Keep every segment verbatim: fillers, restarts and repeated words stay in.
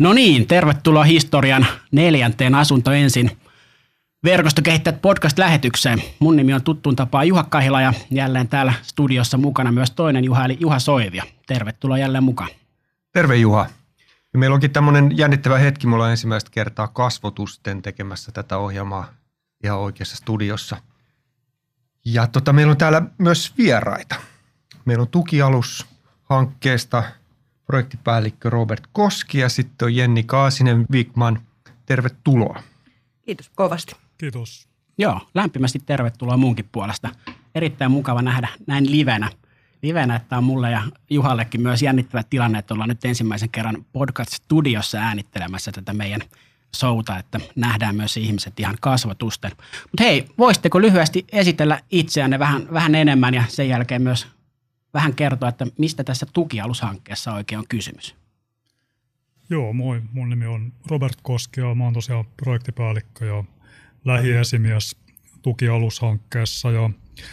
No niin, tervetuloa historian neljänteen Asunto ensin verkostokehittäjät podcast-lähetykseen. Mun nimi on tuttuun tapaan Juha Kahila ja jälleen täällä studiossa mukana myös toinen Juha eli Juha Soivio. Tervetuloa jälleen mukaan. Terve Juha. Ja meillä onkin tämmöinen jännittävä hetki. Me ollaan ensimmäistä kertaa kasvotusten tekemässä tätä ohjelmaa ihan oikeassa studiossa. Ja tota, meillä on täällä myös vieraita. Meillä on tukialus-hankkeesta projektipäällikkö Robert Koski ja sitten on Jenni Kaasinen-Wikman. Tervetuloa. Kiitos kovasti. Kiitos. Joo, lämpimästi tervetuloa munkin puolesta. Erittäin mukava nähdä näin livenä. Livenä, että on mulle ja Juhallekin myös jännittävä tilanne, että ollaan nyt ensimmäisen kerran podcast-studiossa äänittelemässä tätä meidän showta, että nähdään myös ihmiset ihan kasvotusten. Mutta hei, voisitteko lyhyesti esitellä itseänne vähän, vähän enemmän ja sen jälkeen myös vähän kertoa, että mistä tässä tukialushankkeessa oikein on kysymys? Joo, moi. Mun nimi on Robert Koski ja mä oon tosiaan projektipäällikkö ja lähiesimies tukialushankkeessa. Ja,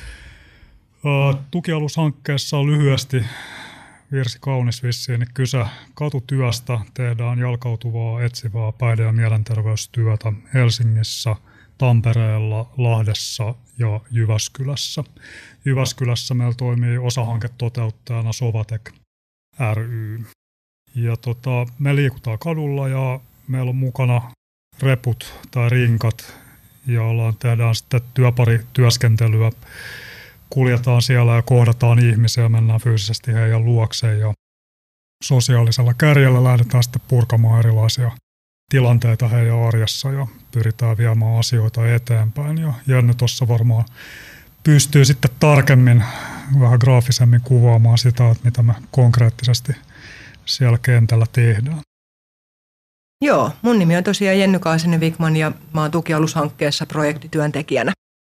ää, tukialushankkeessa on lyhyesti virsi kaunis vissiin, niin kyse katutyöstä. Tehdään jalkautuvaa, etsivää päihde- ja mielenterveystyötä Helsingissä, Tampereella, Lahdessa ja Jyväskylässä. Jyväskylässä meillä toimii osahanketoteuttajana Sovatek ry. Ja tota, me liikutaan kadulla ja meillä on mukana reput tai rinkat ja ollaan, tehdään sitten työparityöskentelyä. Kuljetaan siellä ja kohdataan ihmisiä, mennään fyysisesti heidän luokseen ja sosiaalisella kärjellä lähdetään sitten purkamaan erilaisia tilanteita heidän arjessa ja pyritään viemään asioita eteenpäin. Ja Jenny tuossa varmaan pystyy sitten tarkemmin, vähän graafisemmin kuvaamaan sitä, että mitä me konkreettisesti siellä kentällä tehdään. Joo, mun nimi on tosiaan Jenny Kaasinen-Wikman ja mä oon tukialushankkeessa projektityöntekijänä.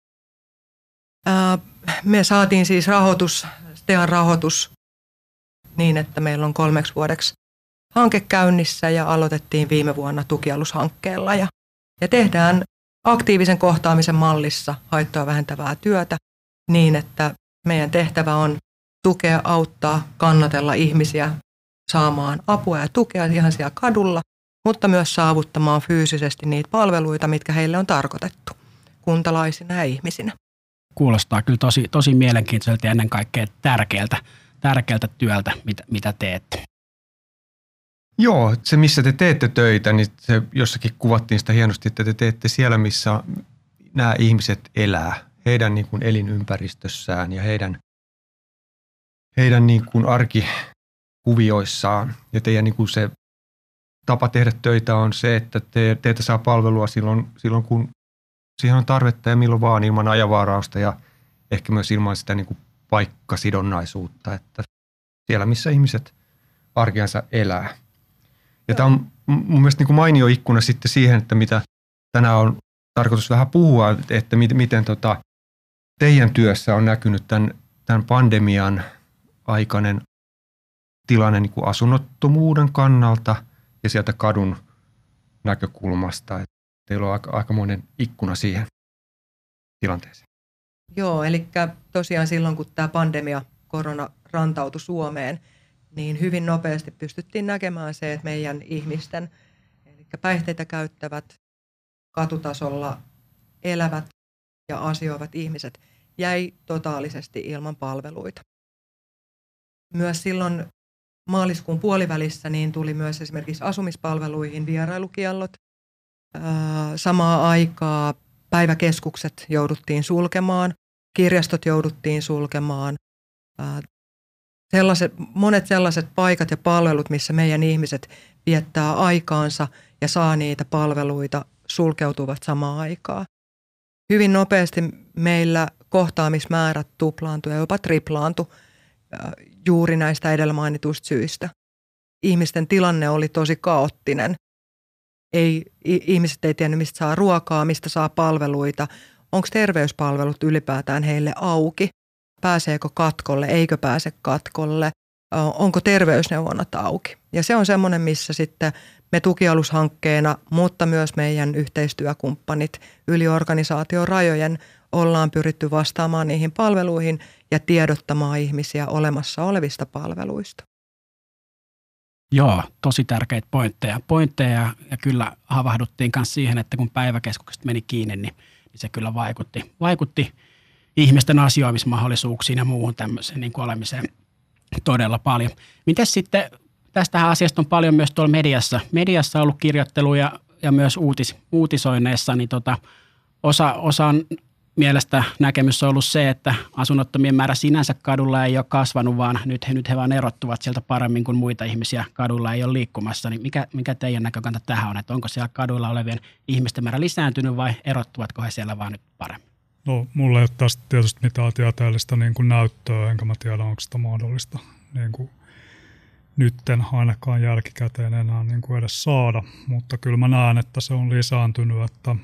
Ää, me saatiin siis rahoitus, STEAn rahoitus niin, että meillä on kolmeksi vuodeksi hanke käynnissä ja aloitettiin viime vuonna tukialushankkeella. Ja, ja tehdään aktiivisen kohtaamisen mallissa haittoa vähentävää työtä niin, että meidän tehtävä on tukea, auttaa, kannatella ihmisiä saamaan apua ja tukea ihan siellä kadulla, mutta myös saavuttamaan fyysisesti niitä palveluita, mitkä heille on tarkoitettu kuntalaisina ja ihmisinä. Kuulostaa kyllä tosi, tosi mielenkiintoiselta ja ennen kaikkea tärkeältä, tärkeältä työltä, mitä, mitä teette. Joo, se missä te teette töitä, niin se jossakin kuvattiin sitä hienosti, että te teette siellä, missä nämä ihmiset elää, heidän niin kuin elinympäristössään ja heidän, heidän niin kuin arkikuvioissaan. Ja teidän niin kuin se tapa tehdä töitä on se, että te, teitä saa palvelua silloin, silloin, kun siihen on tarvetta ja milloin vaan ilman ajanvarausta ja ehkä myös ilman sitä niin kuin paikkasidonnaisuutta, että siellä missä ihmiset arkeansa elää. Ja tämä on mun mielestä niin kuin mainio ikkuna sitten siihen, että mitä tänään on tarkoitus vähän puhua, että miten, miten tota teidän työssä on näkynyt tämän, tämän pandemian aikainen tilanne niin kuin asunnottomuuden kannalta ja sieltä kadun näkökulmasta. Että teillä on aika, aikamoinen ikkuna siihen tilanteeseen. Joo, eli tosiaan silloin kun tämä pandemia, korona rantautui Suomeen, niin hyvin nopeasti pystyttiin näkemään se, että meidän ihmisten, eli päihteitä käyttävät, katutasolla elävät ja asioivat ihmiset jäi totaalisesti ilman palveluita. Myös silloin maaliskuun puolivälissä niin tuli myös esimerkiksi asumispalveluihin vierailukiellot. Samaa aikaa päiväkeskukset jouduttiin sulkemaan, kirjastot jouduttiin sulkemaan. Sellaiset, monet sellaiset paikat ja palvelut, missä meidän ihmiset viettää aikaansa ja saa niitä palveluita, sulkeutuvat samaan aikaan. Hyvin nopeasti meillä kohtaamismäärät tuplaantui ja jopa triplaantui juuri näistä edellä mainituista syistä. Ihmisten tilanne oli tosi kaoottinen. Ei, ihmiset ei tiennyt, mistä saa ruokaa, mistä saa palveluita. Onko terveyspalvelut ylipäätään heille auki? Pääseekö katkolle, eikö pääse katkolle? Onko terveysneuvonnat auki? Ja se on semmoinen, missä sitten me tukialushankkeena, mutta myös meidän yhteistyökumppanit yli organisaation rajojen ollaan pyritty vastaamaan niihin palveluihin ja tiedottamaan ihmisiä olemassa olevista palveluista. Joo, tosi tärkeitä pointteja. pointteja ja kyllä havahduttiin myös siihen, että kun päiväkeskukset meni kiinni, niin, niin se kyllä vaikutti, vaikutti ihmisten asioimismahdollisuuksiin ja muuhun tämmöiseen niin kuin olemiseen todella paljon. Mites sitten, tästähän asiasta on paljon myös tuolla mediassa. Mediassa on ollut kirjoitteluja ja myös uutis, uutisoinneissa, niin tota, osa, osa on mielestä näkemys on ollut se, että asunnottomien määrä sinänsä kadulla ei ole kasvanut, vaan nyt he, nyt he vaan erottuvat sieltä paremmin kuin muita ihmisiä kadulla ei ole liikkumassa. Niin mikä, mikä teidän näkökanta tähän on, että onko siellä kaduilla olevien ihmisten määrä lisääntynyt vai erottuvatko he siellä vaan nyt paremmin? No mulla ei ole tästä tietysti mitään tieteellistä niin kuin näyttöä, enkä mä tiedä, onko sitä mahdollista niin kuin nytten ainakaan jälkikäteen enää niin kuin edes saada, mutta kyllä mä näen, että se on lisääntynyt, että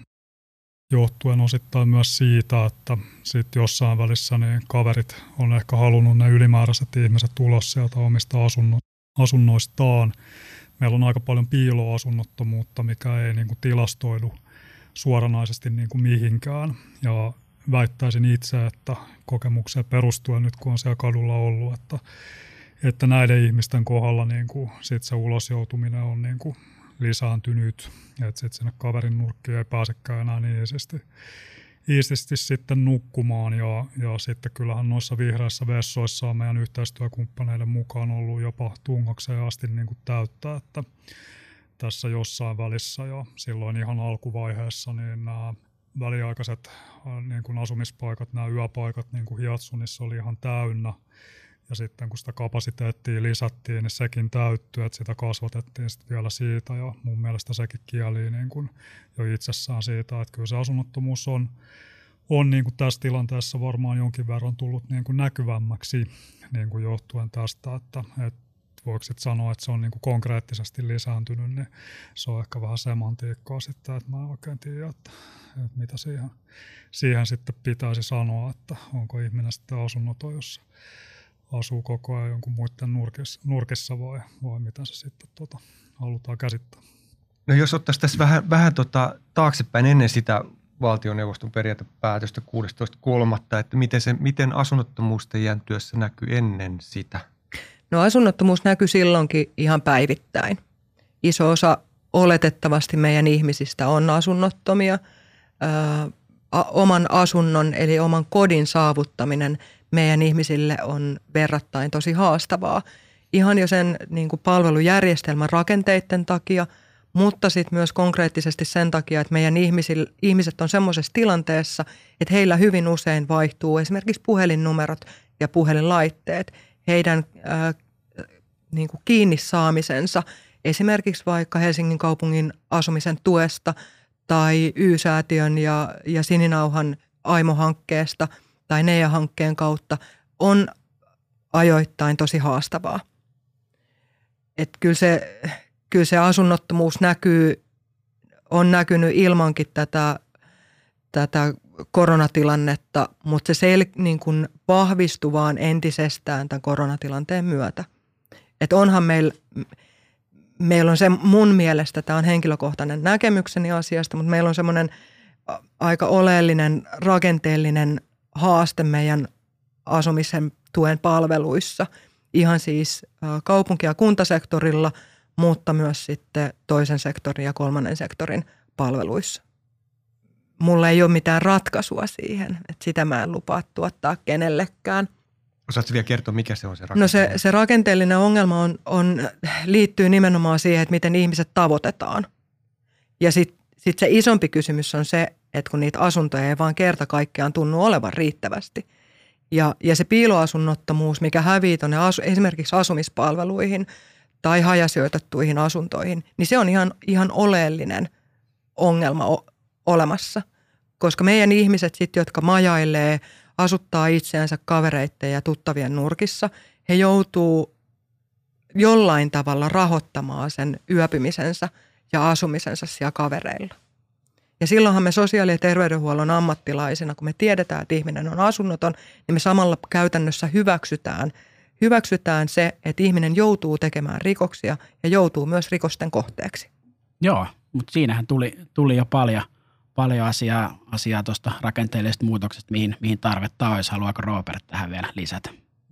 johtuen osittain myös siitä, että sitten jossain välissä niin kaverit on ehkä halunnut ne ylimääräiset ihmiset ulos sieltä omista asunno, asunnoistaan. Meillä on aika paljon piiloasunnottomuutta, mikä ei niin kuin tilastoidu suoranaisesti niin kuin mihinkään. Ja väittäisin itse, että kokemukseen perustuen nyt kun on siellä kadulla ollut, että, että näiden ihmisten kohdalla niin kuin sit se ulosjoutuminen on niin kuin lisääntynyt, että sitten sinne kaverin nurkkiin ei pääsekään enää niin iisisti, iisisti sitten nukkumaan. Ja, ja sitten kyllähän noissa vihreissä vessoissa on meidän yhteistyökumppaneiden mukaan ollut jopa tungokseen asti niin kuin täyttää, että tässä jossain välissä ja silloin ihan alkuvaiheessa niin nämä väliaikaiset niin kuin asumispaikat, nämä yöpaikat niin kuin Hiatsunissa oli ihan täynnä. Ja sitten kun sitä kapasiteettia lisättiin, niin sekin täyttyi, että sitä kasvatettiin sitten vielä siitä. Ja mun mielestä sekin kieli niin kuin jo itsessään siitä, että kyllä se asunnottomuus on, on niin kuin tässä tilanteessa varmaan jonkin verran tullut niin kuin näkyvämmäksi niin kuin johtuen tästä, että, että voiko sitten sanoa, että se on niin kuin konkreettisesti lisääntynyt, niin se on ehkä vähän semantiikkaa sitten, että mä en oikein tiedä, että, että mitä siihen, siihen sitten pitäisi sanoa, että onko ihminen sitten asunnoton, jos asuu koko ajan jonkun muiden nurkissa, nurkissa vai, vai mitä se sitten tota, halutaan käsittää. No jos ottaisiin tässä vähän, vähän tota, taaksepäin ennen sitä valtioneuvoston periaatepäätöstä kuudestoista kolmatta että miten, se, miten asunnottomuus teidän työssä näkyy ennen sitä? No asunnottomuus näkyy silloinkin ihan päivittäin. Iso osa oletettavasti meidän ihmisistä on asunnottomia. Ö, a, oman asunnon eli oman kodin saavuttaminen meidän ihmisille on verrattain tosi haastavaa. Ihan jo sen niin kuin palvelujärjestelmän rakenteiden takia, mutta sitten myös konkreettisesti sen takia, että meidän ihmiset on semmoisessa tilanteessa, että heillä hyvin usein vaihtuu esimerkiksi puhelinnumerot ja puhelinlaitteet. Heidän äh, niin kuin kiinni saamisensa esimerkiksi vaikka Helsingin kaupungin asumisen tuesta tai Y-säätiön ja, ja Sininauhan Aimo-hankkeesta tai N E A-hankkeen kautta on ajoittain tosi haastavaa. Et kyllä, se, kyllä se asunnottomuus näkyy, on näkynyt ilmankin tätä, tätä koronatilannetta, mutta se sel, niin kuin vahvistui vaan entisestään tämän koronatilanteen myötä. Et onhan meillä, meillä on se mun mielestä, tämä on henkilökohtainen näkemykseni asiasta, mutta meillä on semmoinen aika oleellinen rakenteellinen haaste meidän asumisen tuen palveluissa, ihan siis kaupunki- ja kuntasektorilla, mutta myös sitten toisen sektorin ja kolmannen sektorin palveluissa. Mulla ei ole mitään ratkaisua siihen, että sitä mä en lupaa tuottaa kenellekään. Osaatko vielä kertoa, mikä se on se rakenteellinen? No se, se rakenteellinen ongelma on, on, liittyy nimenomaan siihen, että miten ihmiset tavoitetaan. Ja sitten sit se isompi kysymys on se, että kun niitä asuntoja ei vaan kerta kaikkiaan tunnu olevan riittävästi. Ja, ja se piiloasunnottomuus, mikä hävii tuonne asu, esimerkiksi asumispalveluihin tai hajasijoitettuihin asuntoihin, niin se on ihan, ihan oleellinen ongelma o- olemassa. Koska meidän ihmiset sitten, jotka majailee, asuttaa itseänsä kavereitten ja tuttavien nurkissa, he joutuu jollain tavalla rahoittamaan sen yöpymisensä ja asumisensa siellä kavereilla. Ja silloinhan me sosiaali- ja terveydenhuollon ammattilaisina, kun me tiedetään, että ihminen on asunnoton, niin me samalla käytännössä hyväksytään, hyväksytään se, että ihminen joutuu tekemään rikoksia ja joutuu myös rikosten kohteeksi. Joo, mutta siinähän tuli, tuli jo paljon, paljon asiaa, asiaa tuosta rakenteellisesta muutoksesta, mihin, mihin tarvetta olisi. Haluaako Robert tähän vielä lisätä? Kyllä mä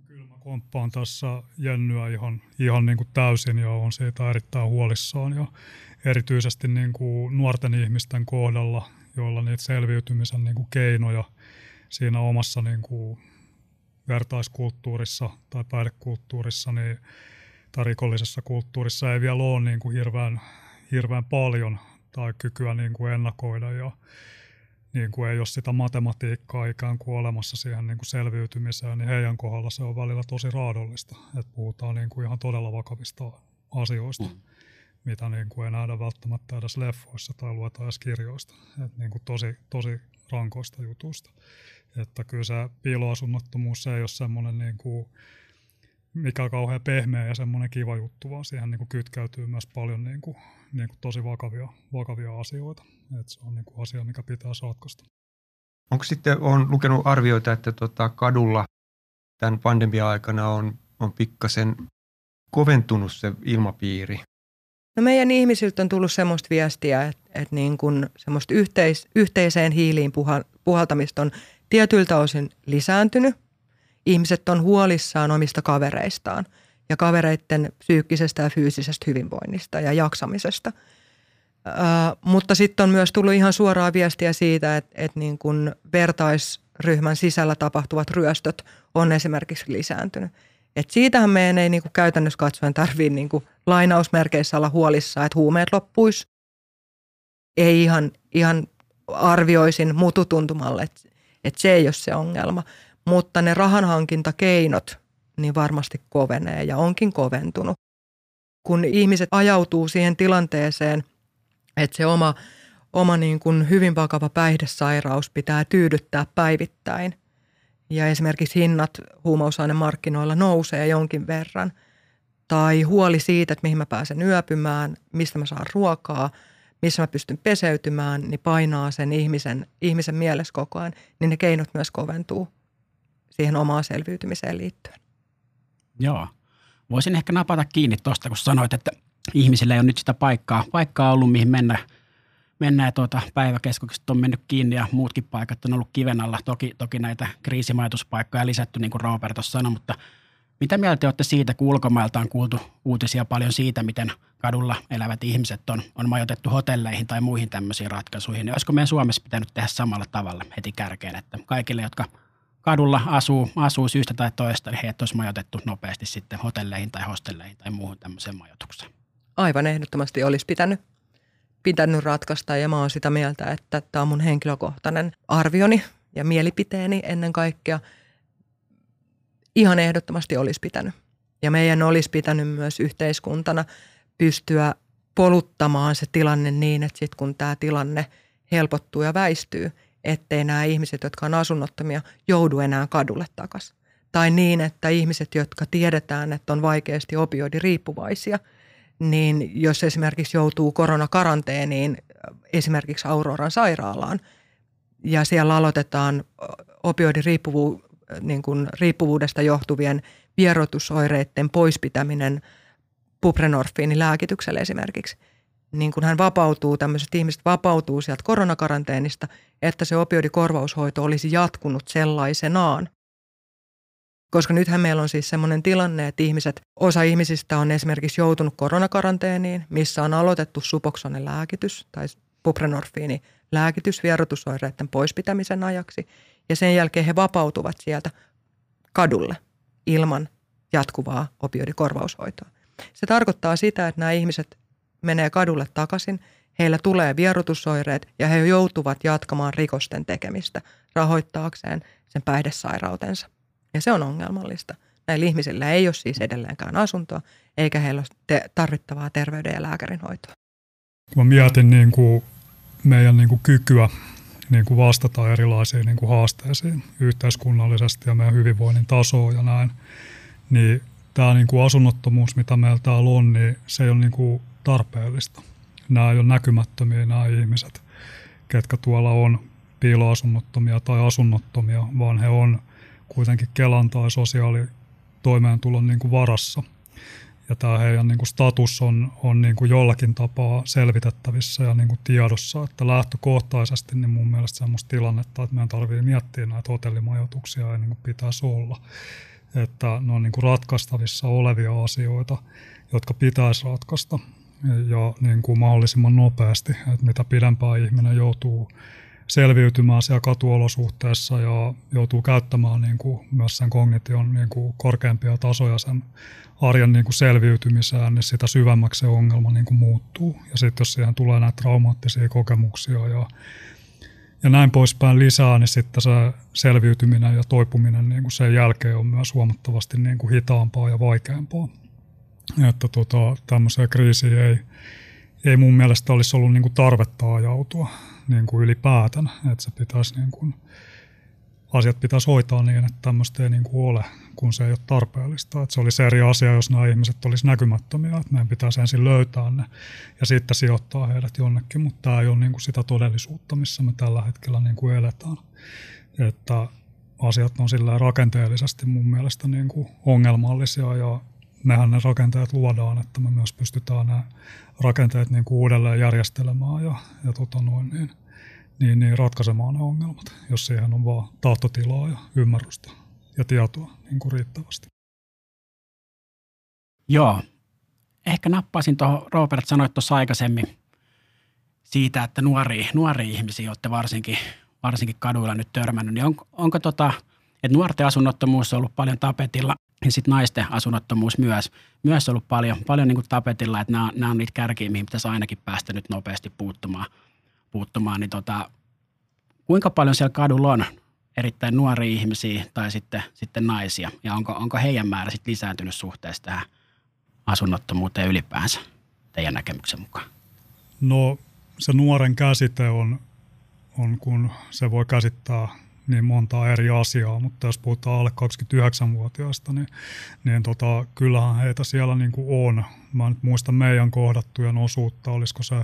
komppaan tässä Jennyä ihan, ihan niin kuin täysin ja on siitä erittäin huolissaan. Ja erityisesti niin kuin nuorten ihmisten kohdalla, joilla niitä selviytymisen niin kuin keinoja siinä omassa niin kuin vertaiskulttuurissa tai päihdekulttuurissa niin, tai rikollisessa kulttuurissa ei vielä ole niin kuin hirveän, hirveän paljon tai kykyä niin kuin ennakoida ja niin kuin ei ole sitä matematiikkaa ikään kuin olemassa siihen niin kuin selviytymiseen, niin heidän kohdalla se on välillä tosi raadollista, että puhutaan niin kuin ihan todella vakavista asioista, mm. mitä niin kuin ei nähdä välttämättä edes leffoissa tai lueta edes kirjoista, että niin kuin tosi, tosi rankoista jutuista. Että kyllä se piiloasunnottomuus ei ole semmoinen niin kuin mikä on kauhean pehmeä ja semmoinen kiva juttu, vaan siihen niin kuin kytkeytyy myös paljon niin kuin, niin kuin tosi vakavia, vakavia asioita. Et se on niin kuin asia, mikä pitää ratkaista. Onko sitten, olen lukenut arvioita, että tota kadulla tämän pandemian aikana on, on pikkasen koventunut se ilmapiiri? No meidän ihmisiltä on tullut semmoista viestiä, että, että niin kuin semmoista yhteis, yhteiseen hiiliin puha, puhaltamista on tietyiltä osin lisääntynyt. Ihmiset on huolissaan omista kavereistaan ja kavereiden psyykkisestä ja fyysisestä hyvinvoinnista ja jaksamisesta. Ää, mutta sitten on myös tullut ihan suoraa viestiä siitä, että, että niin kuin vertaisryhmän sisällä tapahtuvat ryöstöt on esimerkiksi lisääntynyt. Et siitähän meidän ei niin kuin käytännössä katsoen tarvitse niin kuin lainausmerkeissä olla huolissaan, että huumeet loppuisi. Ei ihan, ihan arvioisin mututuntumalle, että, että se ei ole se ongelma. Mutta ne rahanhankintakeinot niin varmasti kovenee ja onkin koventunut. Kun ihmiset ajautuu siihen tilanteeseen, että se oma, oma niin kuin hyvin vakava päihdesairaus pitää tyydyttää päivittäin ja esimerkiksi hinnat huumausainemarkkinoilla nousee jonkin verran tai huoli siitä, että mihin mä pääsen yöpymään, mistä mä saan ruokaa, missä mä pystyn peseytymään, niin painaa sen ihmisen, ihmisen mielessä koko ajan, niin ne keinot myös koventuu siihen omaan selviytymiseen liittyen. Joo. Voisin ehkä napata kiinni tuosta, kun sanoit, että ihmisillä ei ole nyt sitä paikkaa, paikkaa ollut, mihin mennä. Mennään tuota, päiväkeskukset on mennyt kiinni ja muutkin paikat on ollut kiven alla. Toki, toki näitä kriisimajoituspaikkoja lisätty, niin kuin Robert tuossa sanoi, mutta mitä mieltä te olette siitä, kun ulkomailta on kuultu uutisia paljon siitä, miten kadulla elävät ihmiset on, on majoitettu hotelleihin tai muihin tämmöisiin ratkaisuihin. Niin olisiko meidän Suomessa pitänyt tehdä samalla tavalla heti kärkeen, että kaikille, jotka kadulla asuu, asuu syystä tai toista, niin heidät olisi majoitettu nopeasti sitten hotelleihin tai hostelleihin tai muuhun tämmöiseen majoitukseen? Aivan ehdottomasti olisi pitänyt, pitänyt ratkaista ja mä oon sitä mieltä, että tämä on mun henkilökohtainen arvioni ja mielipiteeni ennen kaikkea. Ihan ehdottomasti olisi pitänyt. Ja meidän olisi pitänyt myös yhteiskuntana pystyä poluttamaan se tilanne niin, että sitten kun tämä tilanne helpottuu ja väistyy, ettei nämä ihmiset, jotka on asunnottomia, joudu enää kadulle takaisin. Tai niin, että ihmiset, jotka tiedetään, että on vaikeasti opioidiriippuvaisia, niin jos esimerkiksi joutuu koronakaranteeniin esimerkiksi Auroran sairaalaan ja siellä aloitetaan opioidiriippuvuus, niin kuin riippuvuudesta johtuvien vieroitusoireiden poispitäminen buprenorfiinilääkitykselle esimerkiksi, niin kun hän vapautuu, tämmöiset ihmiset vapautuu sieltä koronakaranteenista, että se opioidikorvaushoito olisi jatkunut sellaisenaan. Koska nythän meillä on siis semmoinen tilanne, että ihmiset, osa ihmisistä on esimerkiksi joutunut koronakaranteeniin, missä on aloitettu Suboxone lääkitys tai buprenorfiinilääkitys vieroitusoireiden poispitämisen ajaksi. Ja sen jälkeen he vapautuvat sieltä kadulle ilman jatkuvaa opioidikorvaushoitoa. Se tarkoittaa sitä, että nämä ihmiset menee kadulle takaisin, heillä tulee vieroitusoireet ja he joutuvat jatkamaan rikosten tekemistä rahoittaakseen sen päihdesairautensa. Ja se on ongelmallista. Näillä ihmisillä ei ole siis edelleenkään asuntoa, eikä heillä ole te- tarvittavaa terveyden ja lääkärinhoitoa. Mä mietin niin kuin meidän niin kuin kykyä niin kuin vastata erilaisiin niin kuin haasteisiin yhteiskunnallisesti ja meidän hyvinvoinnin tasoon ja näin, niin tämä niin kuin asunnottomuus, mitä meillä täällä on, niin se ei ole niin kuin tarpeellista. Nämä ei ole näkymättömiä nämä ihmiset, ketkä tuolla on piiloasunnottomia tai asunnottomia, vaan he on kuitenkin Kelan tai sosiaalitoimeentulon niin kuin varassa. Ja tämä heidän niin kuin status on, on niin kuin jollakin tapaa selvitettävissä ja niin kuin tiedossa, että lähtökohtaisesti niin mun mielestä semmoista tilannetta, että meidän tarvitsee miettiä näitä hotellimajoituksia ja niin kuin pitäisi olla. että ne on niin kuin ratkaistavissa olevia asioita, jotka pitäisi ratkaista ja niin kuin mahdollisimman nopeasti, että mitä pidempään ihminen joutuu selviytymään siellä katuolosuhteessa ja joutuu käyttämään niin kuin myös sen kognition niin kuin korkeampia tasoja sen arjen niin kuin selviytymiseen, niin sitä syvemmäksi se ongelma niin kuin muuttuu. Ja sitten jos siihen tulee näitä traumaattisia kokemuksia ja, ja näin poispäin lisää, niin sitten se selviytyminen ja toipuminen niin kuin sen jälkeen on myös huomattavasti niin kuin hitaampaa ja vaikeampaa. Että tota, tämmöiseen kriisiin ei, ei mun mielestä olisi ollut niin kuin tarvetta ajautua niin kuin ylipäätään, että se pitäisi niin kuin, asiat pitäisi hoitaa niin, että tämmöistä ei niin kuin ole, kun se ei ole tarpeellista. Että se olisi eri asia, jos nämä ihmiset olisi näkymättömiä, että meidän pitäisi ensin löytää ne ja sitten sijoittaa heidät jonnekin, mutta tämä ei ole niin kuin sitä todellisuutta, missä me tällä hetkellä niin kuin eletään. Että asiat on sillä rakenteellisesti mun mielestä niin kuin ongelmallisia ja mehän ne rakenteet luodaan, että me myös pystytään nämä rakenteet niin kuin uudelleen järjestelemään ja, ja tota noin, niin, niin, niin ratkaisemaan ne ongelmat, jos siihen on vaan tahtotilaa ja ymmärrystä ja tietoa niin kuin riittävästi. Joo. Ehkä nappaisin tuohon, Robert sanoit tuossa aikaisemmin siitä, että nuoria, nuoria ihmisiä olette varsinkin, varsinkin kaduilla nyt törmännyt. Niin on, onko tota, että nuorten asunnottomuus on ollut paljon tapetilla ja sitten naisten asunnottomuus myös, myös ollut paljon, paljon niin kuin tapetilla, että nämä, nämä on niitä kärkiä, mihin pitäisi ainakin päästä nyt nopeasti puuttumaan. puuttumaan niin tota, kuinka paljon siellä kadulla on erittäin nuoria ihmisiä tai sitten, sitten naisia ja onko, onko heidän määrä sitten lisääntynyt suhteessa tähän asunnottomuuteen ylipäänsä teidän näkemyksen mukaan? No se nuoren käsite on, on kun se voi käsittää niin montaa eri asiaa, mutta jos puhutaan alle kaksikymmentäyhdeksänvuotiaista, niin, niin tota, kyllähän heitä siellä niin kuin on. Mä nyt muistan meidän kohdattujen osuutta, olisiko se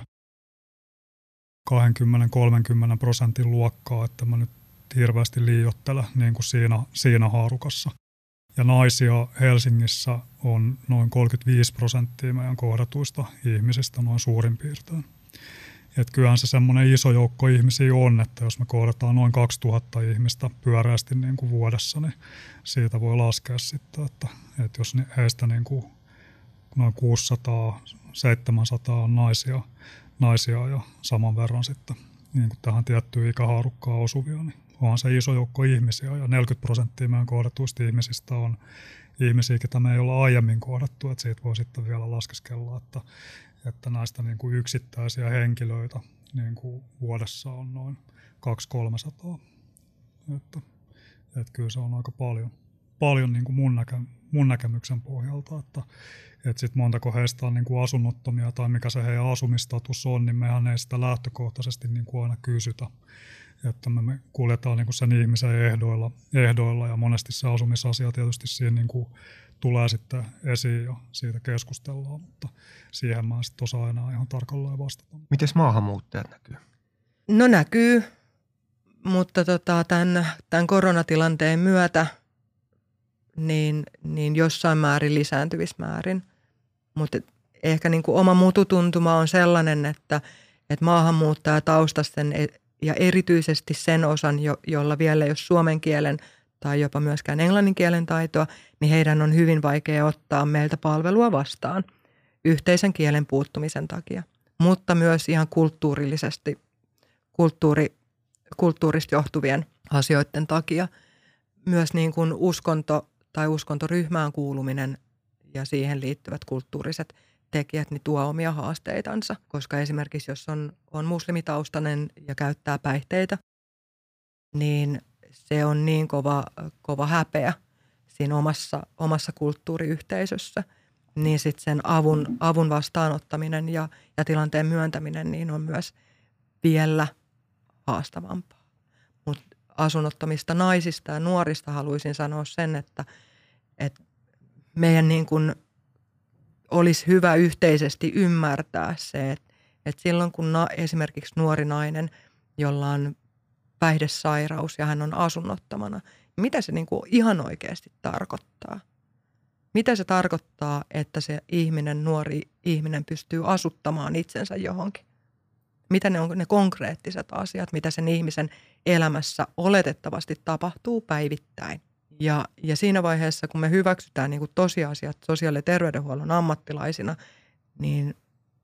kaksikymmentä kolmekymmentä prosentin luokkaa, että mä nyt hirveästi liioittelen niin kuin siinä, siinä haarukassa. Ja naisia Helsingissä on noin kolmekymmentäviisi prosenttia meidän kohdatuista ihmisistä noin suurin piirtein. Että kyllähän se semmoinen iso joukko ihmisiä on, että jos me kohdataan noin kaksituhatta ihmistä pyöreästi niin kuin vuodessa, niin siitä voi laskea sitten, että, että jos heistä niin kuin noin kuusisataa seitsemänsataa on naisia, naisia ja saman verran sitten niin kuin tähän tiettyyn ikähaarukkaan osuvia, niin onhan se iso joukko ihmisiä ja neljäkymmentä prosenttia meidän kohdatuista ihmisistä on ihmisiä, ketä me ei olla aiemmin kohdattu, että siitä voi sitten vielä laskeskella, että että näistä niin kuin yksittäisiä henkilöitä niin kuin vuodessa on noin kaksisataa kolmesataa. Että, että kyllä se on aika paljon, paljon niin kuin mun, näke, mun näkemyksen pohjalta, että, että sitten montako heistä on niin kuin asunnottomia tai mikä se heidän asumistatus on, niin mehän ei sitä lähtökohtaisesti niin kuin aina kysytä. Että me, me kuljetaan niin kuin sen ihmisen ehdoilla, ehdoilla ja monesti se asumisasia tietysti siinä niin kuin tulee sitten esiin ja siitä keskustellaan, mutta siihen mä en sitten osaa enää ihan tarkalleen vastata. Mites maahanmuuttajat näkyy? No näkyy, mutta tota, tämän, tämän koronatilanteen myötä niin, niin jossain määrin lisääntyvissä määrin. Mutta ehkä niin kuin oma mututuntuma on sellainen, että, että maahanmuuttajataustaisten ja erityisesti sen osan, jo, jolla vielä ei ole suomen kielen tai jopa myöskään englannin kielen taitoa, niin heidän on hyvin vaikea ottaa meiltä palvelua vastaan yhteisen kielen puuttumisen takia. Mutta myös ihan kulttuurillisesti, kulttuuri, kulttuurista johtuvien asioiden takia. Myös niin kuin uskonto tai uskontoryhmään kuuluminen ja siihen liittyvät kulttuuriset tekijät niin tuo omia haasteitansa. Koska esimerkiksi jos on, on muslimitaustainen ja käyttää päihteitä, niin se on niin kova, kova häpeä siinä omassa, omassa kulttuuriyhteisössä, niin sitten sen avun, avun vastaanottaminen ja, ja tilanteen myöntäminen niin on myös vielä haastavampaa. Mutta asunnottomista naisista ja nuorista haluaisin sanoa sen, että, että meidän niin kun olisi hyvä yhteisesti ymmärtää se, että, että silloin kun na, esimerkiksi nuori nainen, jolla on päihdesairaus ja hän on asunnottomana, mitä se niin kuin ihan oikeasti tarkoittaa? Mitä se tarkoittaa, että se ihminen, nuori ihminen pystyy asuttamaan itsensä johonkin? Mitä ne on ne konkreettiset asiat, mitä sen ihmisen elämässä oletettavasti tapahtuu päivittäin Ja, ja siinä vaiheessa, kun me hyväksytään niin kuin tosiasiat sosiaali- ja terveydenhuollon ammattilaisina, niin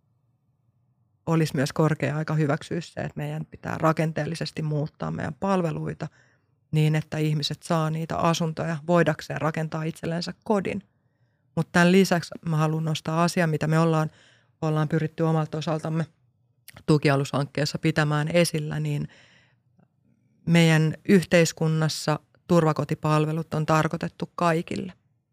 olisi myös korkea aika hyväksyä se, että meidän pitää rakenteellisesti muuttaa meidän palveluita niin, että ihmiset saa niitä asuntoja voidakseen rakentaa itsellensä kodin. Mutta tämän lisäksi mä haluan nostaa asian, mitä me ollaan, ollaan pyritty omalta osaltamme tukialushankkeessa pitämään esillä, niin meidän yhteiskunnassa turvakotipalvelut on tarkoitettu kaikille,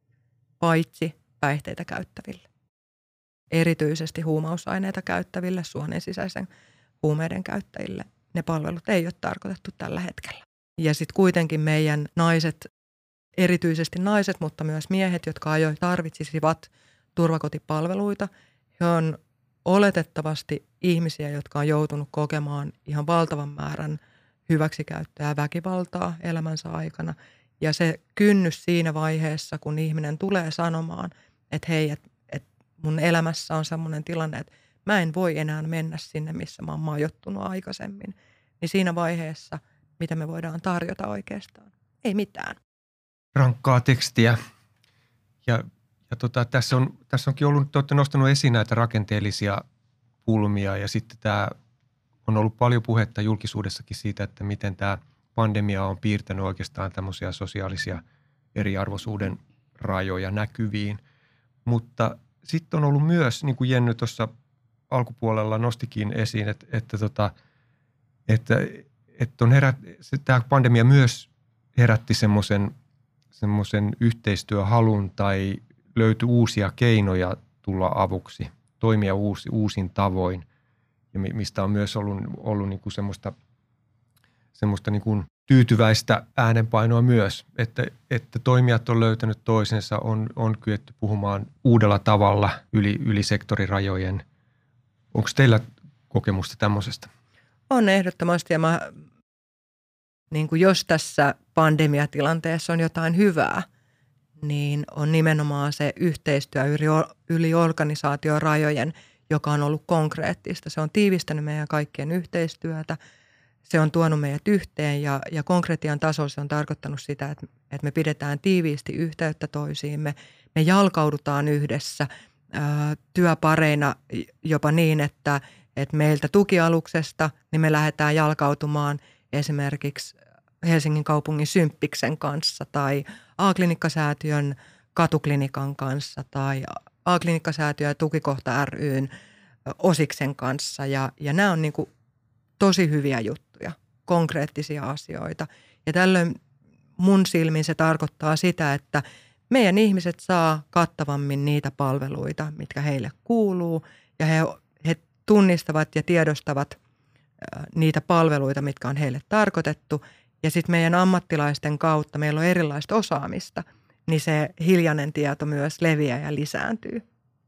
paitsi päihteitä käyttäville. Erityisesti huumausaineita käyttäville, suonen sisäisen huumeiden käyttäjille. Ne palvelut ei ole tarkoitettu tällä hetkellä. Ja sitten kuitenkin meidän naiset, erityisesti naiset, mutta myös miehet, jotka ajoin tarvitsisivat turvakotipalveluita, he on oletettavasti ihmisiä, jotka on joutunut kokemaan ihan valtavan määrän hyväksikäyttöä ja väkivaltaa elämänsä aikana. Ja se kynnys siinä vaiheessa, kun ihminen tulee sanomaan, että hei, että et mun elämässä on sellainen tilanne, että mä en voi enää mennä sinne, missä mä oon majoittunut aikaisemmin. Niin siinä vaiheessa, mitä me voidaan tarjota oikeastaan? Ei mitään. Rankkaa tekstiä. Ja, ja tota, tässä, on, tässä onkin ollut, te olette nostanut esiin näitä rakenteellisia pulmia ja sitten tämä on ollut paljon puhetta julkisuudessakin siitä, että miten tämä pandemia on piirtänyt oikeastaan tämmöisiä sosiaalisia eriarvoisuuden rajoja näkyviin. Mutta sitten on ollut myös, niin kuin Jenny tuossa alkupuolella nostikin esiin, että, että, tota, että, että on herät, tämä pandemia myös herätti semmoisen, semmoisen yhteistyöhalun tai löytyi uusia keinoja tulla avuksi, toimia uusi, uusin tavoin. Ja mistä on myös ollut, ollut niin kuin semmoista, semmoista niin kuin tyytyväistä äänenpainoa myös, että, että toimijat on löytänyt toisensa, on, on kyetty puhumaan uudella tavalla yli, yli sektorirajojen. Onko teillä kokemusta tämmöisestä? On ehdottomasti, ja mä, niin kuin jos tässä pandemiatilanteessa on jotain hyvää, niin on nimenomaan se yhteistyö yli, yli organisaatiorajojen, joka on ollut konkreettista. Se on tiivistänyt meidän kaikkien yhteistyötä, se on tuonut meidät yhteen ja, ja konkretian tasolla se on tarkoittanut sitä, että, että me pidetään tiiviisti yhteyttä toisiimme. Me jalkaudutaan yhdessä ää, työpareina jopa niin, että, että meiltä tukialuksesta niin me lähdetään jalkautumaan esimerkiksi Helsingin kaupungin Symppiksen kanssa tai A-klinikkasäätiön katuklinikan kanssa tai A-klinikkasäätiö ja Tukikohta ry:n Osiksen kanssa. Ja, ja nämä on niin kuin tosi hyviä juttuja, konkreettisia asioita. Ja tällöin mun silmin se tarkoittaa sitä, että meidän ihmiset saa kattavammin niitä palveluita, mitkä heille kuuluu. Ja he, he tunnistavat ja tiedostavat niitä palveluita, mitkä on heille tarkoitettu. Ja sitten meidän ammattilaisten kautta meillä on erilaista osaamista, niin se hiljainen tieto myös leviää ja lisääntyy.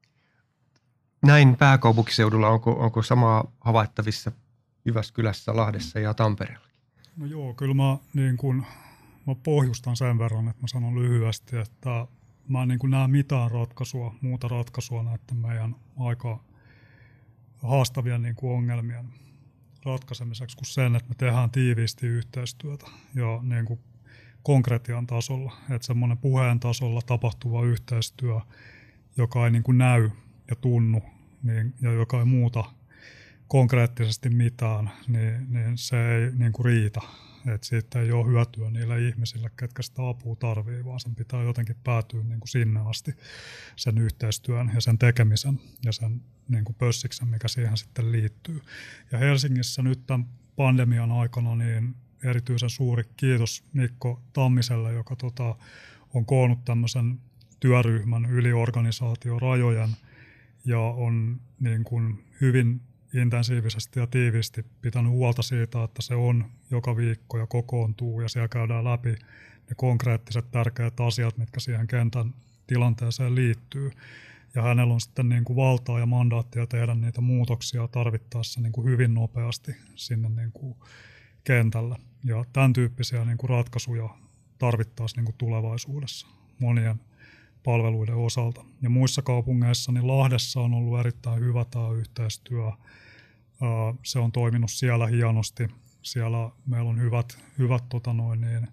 Näin pääkaupunkiseudulla, onko, onko samaa havaittavissa Jyväskylässä, Lahdessa ja Tampereella? No joo, kyllä mä, niin kun, mä pohjustan sen verran, että mä sanon lyhyesti, että mä en niin kun näe mitään ratkaisua, muuta ratkaisua näiden meidän aika haastavien niin kun ongelmien ratkaisemiseksi kuin sen, että me tehdään tiiviisti yhteistyötä ja niin kuin konkretian tasolla, että semmoinen puheen tasolla tapahtuva yhteistyö, joka ei niin kuin näy ja tunnu niin, ja joka ei muuta konkreettisesti mitään, niin, niin se ei niin kuin riitä. Että siitä ei ole hyötyä niille ihmisille, ketkä sitä apua tarvitsee, vaan sen pitää jotenkin päätyä niin kuin sinne asti sen yhteistyön ja sen tekemisen ja sen niin kuin pössiksen, mikä siihen sitten liittyy. Ja Helsingissä nyt tämän pandemian aikana niin erityisen suuri kiitos Mikko Tammiselle, joka tota, on koonnut tämmöisen työryhmän yli organisaatiorajojen ja on niin kuin hyvin intensiivisesti ja tiiviisti pitänyt huolta siitä, että se on joka viikko ja kokoontuu ja siellä käydään läpi ne konkreettiset tärkeät asiat, mitkä siihen kentän tilanteeseen liittyy. Ja hänellä on sitten niin kuin valtaa ja mandaattia tehdä niitä muutoksia tarvittaessa niin kuin hyvin nopeasti sinne niin kuin kentällä. Ja tämän tyyppisiä niin kuin ratkaisuja tarvittaisiin niin kuin tulevaisuudessa monien palveluiden osalta. Ja muissa kaupungeissa, niin Lahdessa on ollut erittäin hyvä tämä yhteistyö. Se on toiminut siellä hienosti. Siellä meillä on hyvät, hyvät tota noin, niin,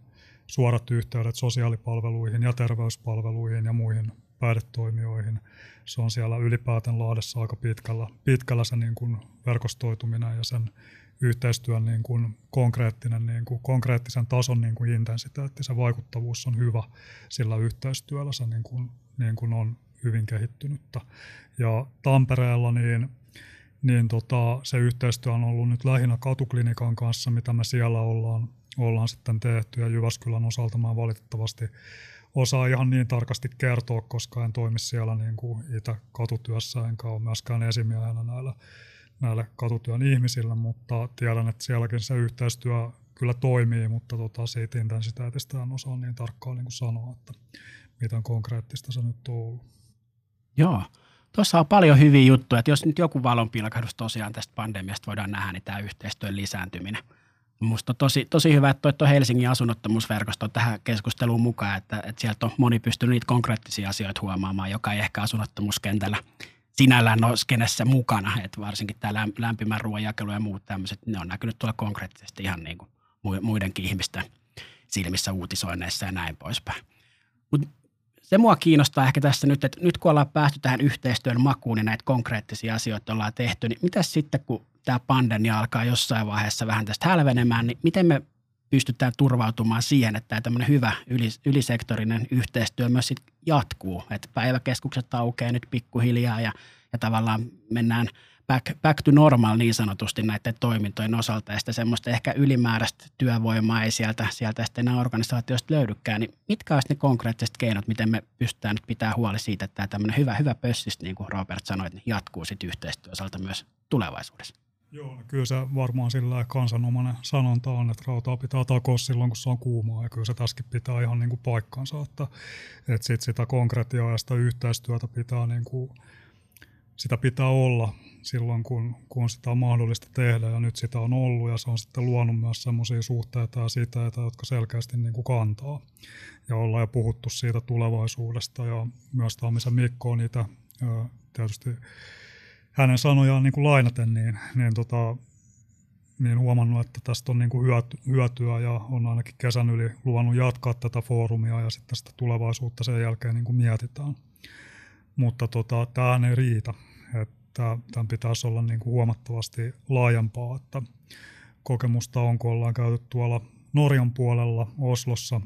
suorat yhteydet sosiaalipalveluihin ja terveyspalveluihin ja muihin päihdetoimijoihin. Se on siellä ylipäätään Lahdessa aika pitkällä, pitkällä se niin kuin verkostoituminen ja sen yhteistyön niin kuin konkreettinen, niin kuin konkreettisen tason niin kuin intensiteetti, se vaikuttavuus on hyvä sillä yhteistyöllä, se niin kuin, niin kuin on hyvin kehittynyttä. Ja Tampereella niin, niin tota, se yhteistyö on ollut nyt lähinnä Katuklinikan kanssa, mitä me siellä ollaan, ollaan sitten tehty, ja Jyväskylän osalta mä valitettavasti osaa ihan niin tarkasti kertoa, koska en toimi siellä niin kuin itse katutyössä, enkä ole myöskään esimiehenä näillä, näille katutyön ihmisille, mutta tiedän, että sielläkin se yhteistyö kyllä toimii, mutta tota, siitä intensiteetistä en osaa niin tarkkaan niin kuin sanoa, että miten konkreettista se nyt on ollut. Joo, tuossa on paljon hyviä juttuja, että jos nyt joku valonpilkahdus tosiaan tästä pandemiasta voidaan nähdä, niin tämä yhteistyön lisääntyminen. Minusta on tosi, tosi hyvä, että toit Helsingin asunnottomuusverkosto tähän keskusteluun mukaan, että, että sieltä on moni pystynyt niitä konkreettisia asioita huomaamaan, joka ei ehkä asunnottomuuskentällä sinällään ole skenessä mukana, että varsinkin tämä lämpimän ruoan jakelu ja muut tämmöiset, ne on näkynyt tuolla konkreettisesti ihan niin kuin muidenkin ihmisten silmissä uutisoinneissa ja näin poispäin. Mutta se mua kiinnostaa ehkä tässä nyt, että nyt kun ollaan päästy tähän yhteistyön makuun ja näitä konkreettisia asioita ollaan tehty, niin mitäs sitten, kun tämä pandemia alkaa jossain vaiheessa vähän tästä hälvenemään, niin miten me pystytään turvautumaan siihen, että tämä tämmöinen hyvä ylisektorinen yhteistyö myös sit jatkuu, että päiväkeskukset aukeaa nyt pikkuhiljaa ja, ja tavallaan mennään back, back to normal niin sanotusti näiden toimintojen osalta ja sitä semmoista ehkä ylimääräistä työvoimaa ei sieltä, sieltä sitten enää organisaatiosta löydykään, niin mitkä olisi ne konkreettiset keinot, miten me pystytään nyt pitää huoli siitä, että tämä tämmöinen hyvä, hyvä pössistä, niin kuin Robert sanoi, niin jatkuu sitten yhteistyöosalta myös tulevaisuudessa? Joo, kyllä se varmaan sillä kansanomainen sanonta on, että rautaa pitää takoa silloin, kun se on kuumaa, ja kyllä se tässäkin pitää ihan niin kuin paikkansa, että, että sit sitä konkretiaa ja sitä yhteistyötä pitää, niin kuin, sitä pitää olla silloin, kun, kun sitä on mahdollista tehdä, ja nyt sitä on ollut, ja se on sitten luonut myös sellaisia suhteita ja siteitä, jotka selkeästi niin kuin kantaa, ja ollaan jo puhuttu siitä tulevaisuudesta, ja myös Tammisen Mikko on niitä tietysti hänen sanojaan niin kuin lainaten, niin, niin, tota, niin huomannut, että tästä on niin kuin hyötyä ja on ainakin kesän yli luvannut jatkaa tätä foorumia ja sitten sitä tulevaisuutta sen jälkeen niin kuin mietitään. Mutta tota, tämähän ei riitä. Että tämän pitäisi olla niin kuin huomattavasti laajempaa. Että kokemusta on, kun ollaan käyty tuolla Norjan puolella Oslossa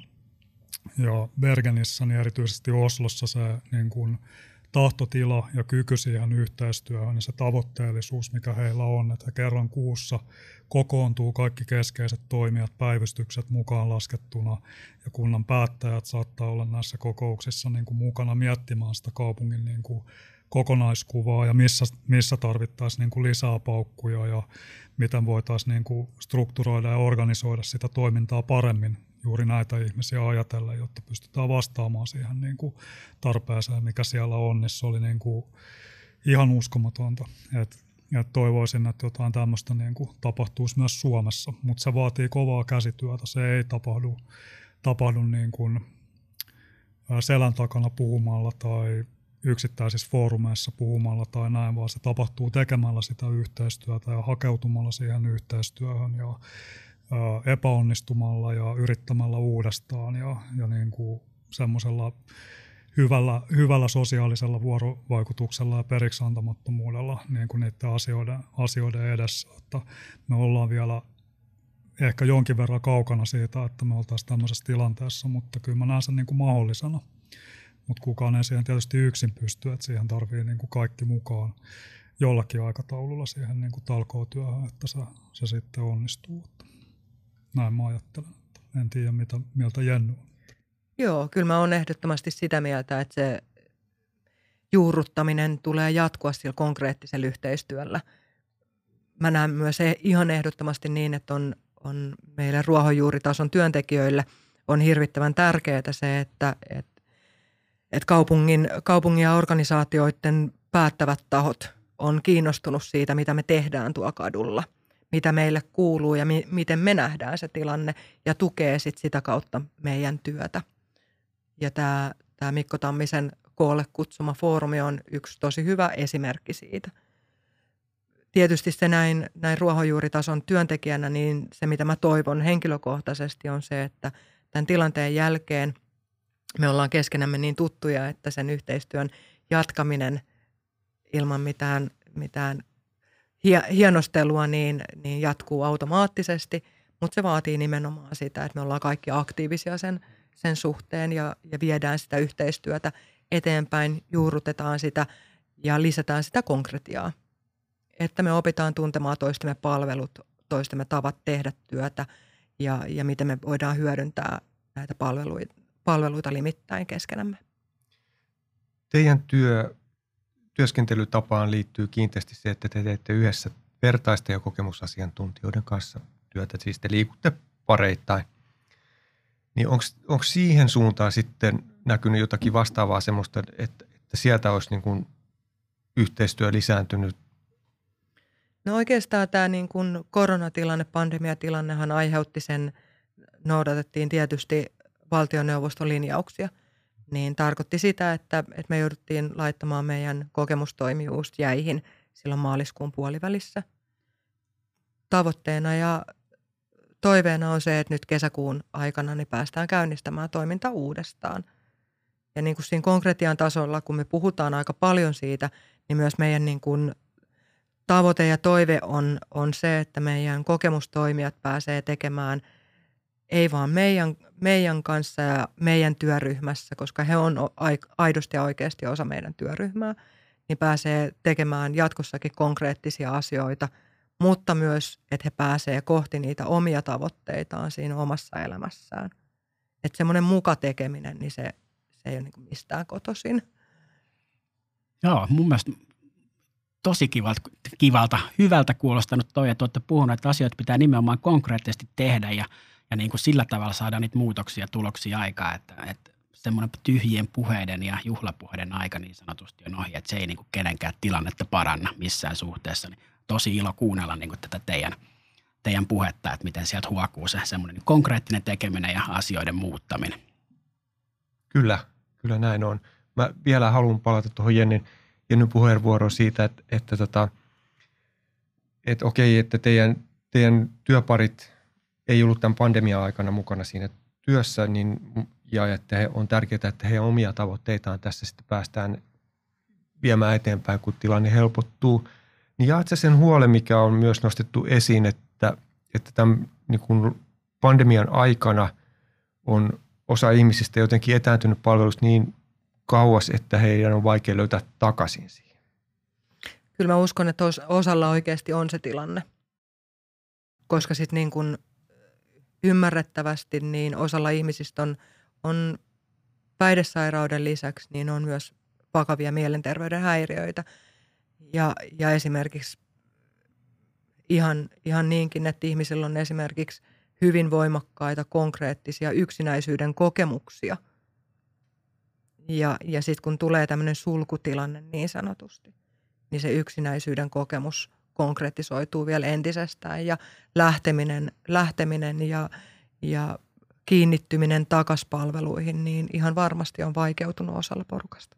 ja Bergenissä, niin erityisesti Oslossa se niin kuin tahtotila ja kyky siihen yhteistyöhön ja se tavoitteellisuus, mikä heillä on, että kerran kuussa kokoontuu kaikki keskeiset toimijat, päivystykset mukaan laskettuna ja kunnan päättäjät saattaa olla näissä kokouksissa niin kuin mukana miettimään sitä kaupungin niin kuin kokonaiskuvaa ja missä, missä tarvittaisiin niin kuin lisää paukkuja ja miten voitaisiin niin kuin strukturoida ja organisoida sitä toimintaa paremmin juuri näitä ihmisiä ajatellen, jotta pystytään vastaamaan siihen niin kuin tarpeeseen, mikä siellä on, niin se oli niin kuin ihan uskomatonta. Et, et toivoisin, että jotain tämmöistä niin kuin tapahtuisi myös Suomessa, mutta se vaatii kovaa käsityötä. Se ei tapahdu, tapahdu niin kuin selän takana puhumalla tai yksittäisissä foorumeissa puhumalla tai näin, vaan se tapahtuu tekemällä sitä yhteistyötä ja hakeutumalla siihen yhteistyöhön ja epäonnistumalla ja yrittämällä uudestaan ja, ja niin kuin semmoisella hyvällä, hyvällä sosiaalisella vuorovaikutuksella ja periksantamattomuudella niin kuin niiden asioiden, asioiden edessä. Että me ollaan vielä ehkä jonkin verran kaukana siitä, että me oltaisiin tämmöisessä tilanteessa, mutta kyllä mä näen sen niin kuin mahdollisena. Mutta kukaan ei siihen tietysti yksin pysty, että siihen tarvii niin kuin kaikki mukaan jollakin aikataululla siihen niin kuin talkootyöhön, että se, se sitten onnistuu. Näin mä ajattelen. En tiedä, mitä mieltä Jenny on. Joo, kyllä mä oon ehdottomasti sitä mieltä, että se juurruttaminen tulee jatkua sillä konkreettisella yhteistyöllä. Mä näen myös ihan ehdottomasti niin, että on, on meille ruohonjuuritason työntekijöille on hirvittävän tärkeää se, että, että, että kaupungin, kaupungin ja organisaatioiden päättävät tahot on kiinnostunut siitä, mitä me tehdään tuolla kadulla, mitä meille kuuluu ja mi- miten me nähdään se tilanne ja tukee sit sitä kautta meidän työtä. Ja tämä, tämä Mikko Tammisen koolle kutsuma foorumi on yksi tosi hyvä esimerkki siitä. Tietysti se näin, näin ruohonjuuritason työntekijänä, niin se mitä mä toivon henkilökohtaisesti on se, että tämän tilanteen jälkeen me ollaan keskenämme niin tuttuja, että sen yhteistyön jatkaminen ilman mitään, mitään hienostelua niin, niin jatkuu automaattisesti, mutta se vaatii nimenomaan sitä, että me ollaan kaikki aktiivisia sen, sen suhteen ja, ja viedään sitä yhteistyötä eteenpäin, juurrutetaan sitä ja lisätään sitä konkretiaa, että me opitaan tuntemaan toistemme palvelut, toistemme tavat tehdä työtä ja, ja miten me voidaan hyödyntää näitä palveluita, palveluita limittäin keskenämme. Teidän työ, työskentelytapaan liittyy kiinteästi se, että te teette yhdessä vertaisten ja kokemusasiantuntijoiden kanssa työtä, siis te liikutte pareittain. Niin onko siihen suuntaan sitten näkynyt jotakin vastaavaa semmoista, että, että sieltä olisi niin kuin yhteistyö lisääntynyt? No oikeastaan tämä niin kuin koronatilanne, pandemiatilannehan aiheutti sen, noudatettiin tietysti valtioneuvoston linjauksia, niin tarkoitti sitä, että, että me jouduttiin laittamaan meidän kokemustoimijuus jäihin silloin maaliskuun puolivälissä. Tavoitteena ja toiveena on se, että nyt kesäkuun aikana niin päästään käynnistämään toiminta uudestaan. Ja niin kuin siinä konkretian tasolla, kun me puhutaan aika paljon siitä, niin myös meidän niin kuin tavoite ja toive on, on se, että meidän kokemustoimijat pääsee tekemään ei vaan meidän, meidän kanssa ja meidän työryhmässä, koska he on aidosti ja oikeasti osa meidän työryhmää, niin pääsee tekemään jatkossakin konkreettisia asioita, mutta myös, että he pääsee kohti niitä omia tavoitteitaan siinä omassa elämässään. Että semmoinen mukatekeminen, niin se, se ei ole niin kuin mistään kotoisin. Joo, mun mielestä tosi kivalta, kivalta hyvältä kuulostanut toi, että olette puhunut, että asioita pitää nimenomaan konkreettisesti tehdä ja, ja niin kuin sillä tavalla saada niitä muutoksia ja tuloksia aikaa, että, että semmoinen tyhjien puheiden ja juhlapuheiden aika niin sanotusti on ohi, että se ei niin kuin kenenkään tilannetta paranna missään suhteessa. Niin tosi ilo kuunnella niin kuin tätä teidän, teidän puhetta, että miten sieltä huokuu se semmoinen konkreettinen tekeminen ja asioiden muuttaminen. Kyllä, kyllä näin on. Mä vielä haluan palata tuohon Jennin, Jennin puheenvuoroon siitä, että, että, tota, että okei, että teidän, teidän työparit ei ollut tämän pandemian aikana mukana siinä työssä, niin, ja että he, on tärkeää, että heidän omia tavoitteitaan tässä sitten päästään viemään eteenpäin, kun tilanne helpottuu. Niin jaat sä sen huolen, mikä on myös nostettu esiin, että, että tämän niin kuin pandemian aikana on osa ihmisistä jotenkin etääntynyt palvelusta niin kauas, että heidän on vaikea löytää takaisin siihen. Kyllä mä uskon, että osalla oikeasti on se tilanne, koska sitten niin kuin ymmärrettävästi niin osalla ihmisistä on, on päihdesairauden lisäksi niin on myös vakavia mielenterveyden häiriöitä. Ja, ja esimerkiksi ihan, ihan niinkin, että ihmisillä on esimerkiksi hyvin voimakkaita konkreettisia yksinäisyyden kokemuksia. Ja, ja sitten kun tulee tämmöinen sulkutilanne niin sanotusti, niin se yksinäisyyden kokemus konkretisoituu vielä entisestään ja lähteminen, lähteminen ja, ja kiinnittyminen takaisin palveluihin niin ihan varmasti on vaikeutunut osalla porukasta.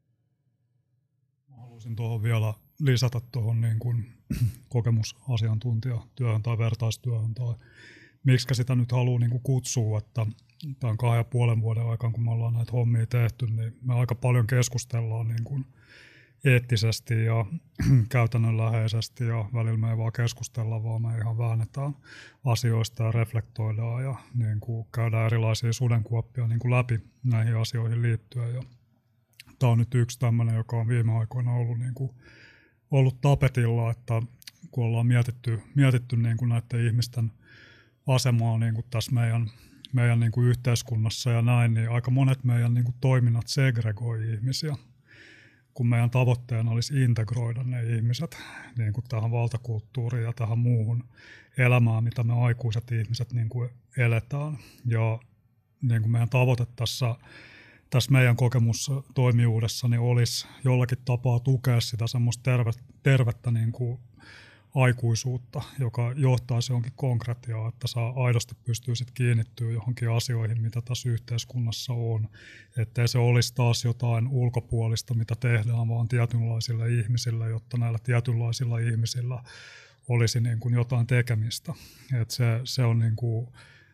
Haluaisin tuohon vielä lisätä tuohon niin kuin kokemusasiantuntijatyöhön tai vertaistyöhön tai miksi sitä nyt haluaa niin kuin kutsua, että tämän kahden ja puolen vuoden aikana, kun me ollaan näitä hommia tehty, niin me aika paljon keskustellaan niin kuin eettisesti ja käytännönläheisesti ja välillä me ei vaan keskustella, vaan me ihan väännetään asioista ja reflektoidaan ja niin kuin käydään erilaisia sudenkuoppia niin kuin läpi näihin asioihin liittyen. Ja tämä on nyt yksi tämmöinen, joka on viime aikoina ollut, niin kuin, ollut tapetilla, että kun ollaan mietitty, mietitty niin kuin näiden ihmisten asemaa niin kuin tässä meidän, meidän niin kuin yhteiskunnassa ja näin, niin aika monet meidän niin kuin toiminnat segregoi ihmisiä, kun meidän tavoitteena olisi integroida ne ihmiset niin kuin tähän valtakulttuuriin ja tähän muuhun elämään, mitä me aikuiset ihmiset niin kuin eletään. Ja niin kuin meidän tavoite tässä, tässä meidän kokemustoimijuudessa niin olisi jollakin tapaa tukea sitä semmoista terve, tervettä niin kuin aikuisuutta, joka johtaisi johonkin konkretiaan, että saa aidosti pystyy sitten kiinnittyä johonkin asioihin, mitä tässä yhteiskunnassa on. Ettei se olisi taas jotain ulkopuolista, mitä tehdään, vaan tietynlaisille ihmisille, jotta näillä tietynlaisilla ihmisillä olisi niin kuin jotain tekemistä. Et se, se on niin kuin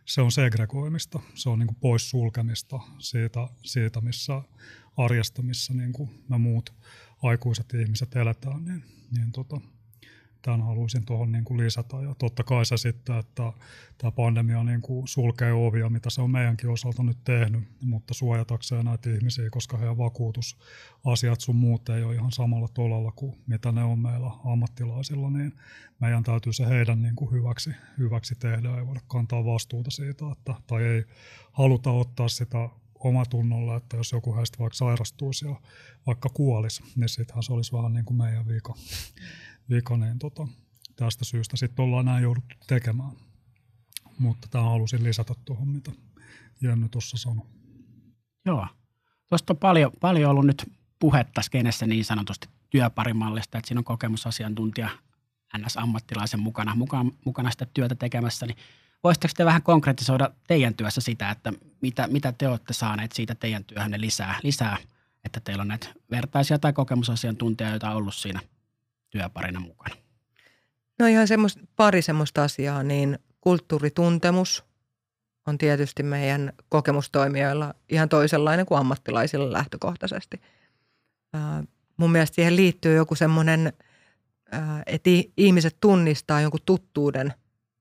se on segregoimista, se on niin kuin pois sulkemista siitä, siitä missä arjesta, missä niin kuin me muut aikuiset ihmiset eletään, niin, niin tota, tämän haluaisin tuohon niin kuin lisätä. Ja totta kai se sitten, että tämä pandemia niin kuin sulkee ovia, mitä se on meidänkin osalta nyt tehnyt, mutta suojatakseen näitä ihmisiä, koska heidän vakuutusasiat sun muut ei ole ihan samalla tolalla kuin mitä ne on meillä ammattilaisilla, niin meidän täytyy se heidän niin kuin hyväksi, hyväksi tehdä. Ei voida kantaa vastuuta siitä, että, tai ei haluta ottaa sitä omatunnolla, että jos joku heistä vaikka sairastuisi ja vaikka kuolisi, niin sittenhän se olisi vähän niin kuin meidän vika. vika niin tota, tästä syystä sitten ollaan näin jouduttu tekemään. Mutta tämä halusin lisätä tuohon, mitä Jenny tuossa sanoi. Joo. Tuosta on paljon, paljon ollut nyt puhetta skenessä niin sanotusti työparimallista, että siinä on kokemusasiantuntija N S-ammattilaisen mukana, mukana, mukana sitä työtä tekemässä, niin voisitteko te vähän konkretisoida teidän työssä sitä, että mitä, mitä te olette saaneet siitä teidän työhönne lisää, lisää, että teillä on näitä vertaisia tai kokemusasiantuntijoita, joita on ollut siinä työparina mukana? No ihan semmos, pari semmoista asiaa, niin kulttuurituntemus on tietysti meidän kokemustoimijoilla ihan toisenlainen kuin ammattilaisilla lähtökohtaisesti. Äh, mun mielestä siihen liittyy joku semmoinen, äh, että ihmiset tunnistaa jonkun tuttuuden.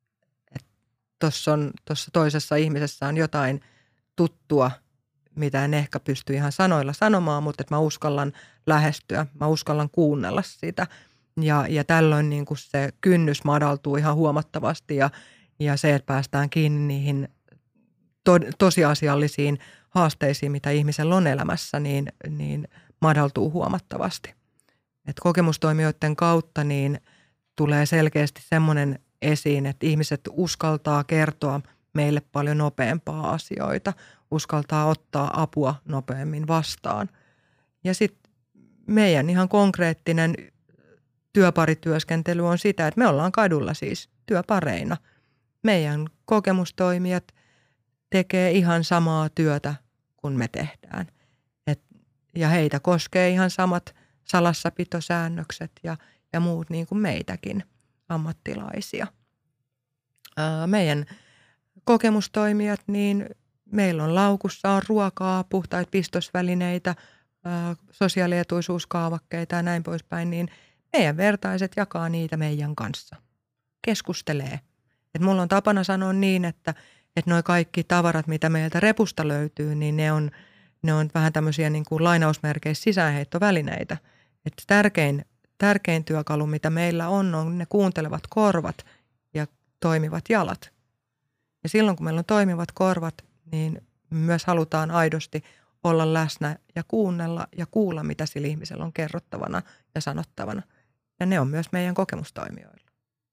Tuossa toisessa ihmisessä on jotain tuttua, mitä en ehkä pysty ihan sanoilla sanomaan, mutta että mä uskallan lähestyä, mä uskallan kuunnella sitä. Ja, ja tällöin niin kuin se kynnys madaltuu ihan huomattavasti ja, ja se, että päästään kiinni niihin to, tosiasiallisiin haasteisiin, mitä ihmisellä on elämässä, niin, niin madaltuu huomattavasti. Et kokemustoimijoiden kautta niin tulee selkeästi semmoinen esiin, että ihmiset uskaltaa kertoa meille paljon nopeampaa asioita, uskaltaa ottaa apua nopeammin vastaan. Ja sitten meidän ihan konkreettinen työparityöskentely on sitä, että me ollaan kadulla siis työpareina. Meidän kokemustoimijat tekee ihan samaa työtä kuin me tehdään. Et, ja heitä koskee ihan samat salassapitosäännökset ja, ja muut niin kuin meitäkin ammattilaisia. Ää, meidän kokemustoimijat, niin meillä on laukussa on ruokaa, puhtaita pistosvälineitä, ää, sosiaalietuisuuskaavakkeita ja näin poispäin, niin meidän vertaiset jakaa niitä meidän kanssa, keskustelee. Et mulla on tapana sanoa niin, että, että noi kaikki tavarat, mitä meiltä repusta löytyy, niin ne on, ne on vähän tämmöisiä niin kuin lainausmerkeissä sisäänheittovälineitä. Että tärkein, tärkein työkalu, mitä meillä on, on ne kuuntelevat korvat ja toimivat jalat. Ja silloin, kun meillä on toimivat korvat, niin myös halutaan aidosti olla läsnä ja kuunnella ja kuulla, mitä sillä ihmisellä on kerrottavana ja sanottavana. Ja ne on myös meidän kokemustoimijoilla.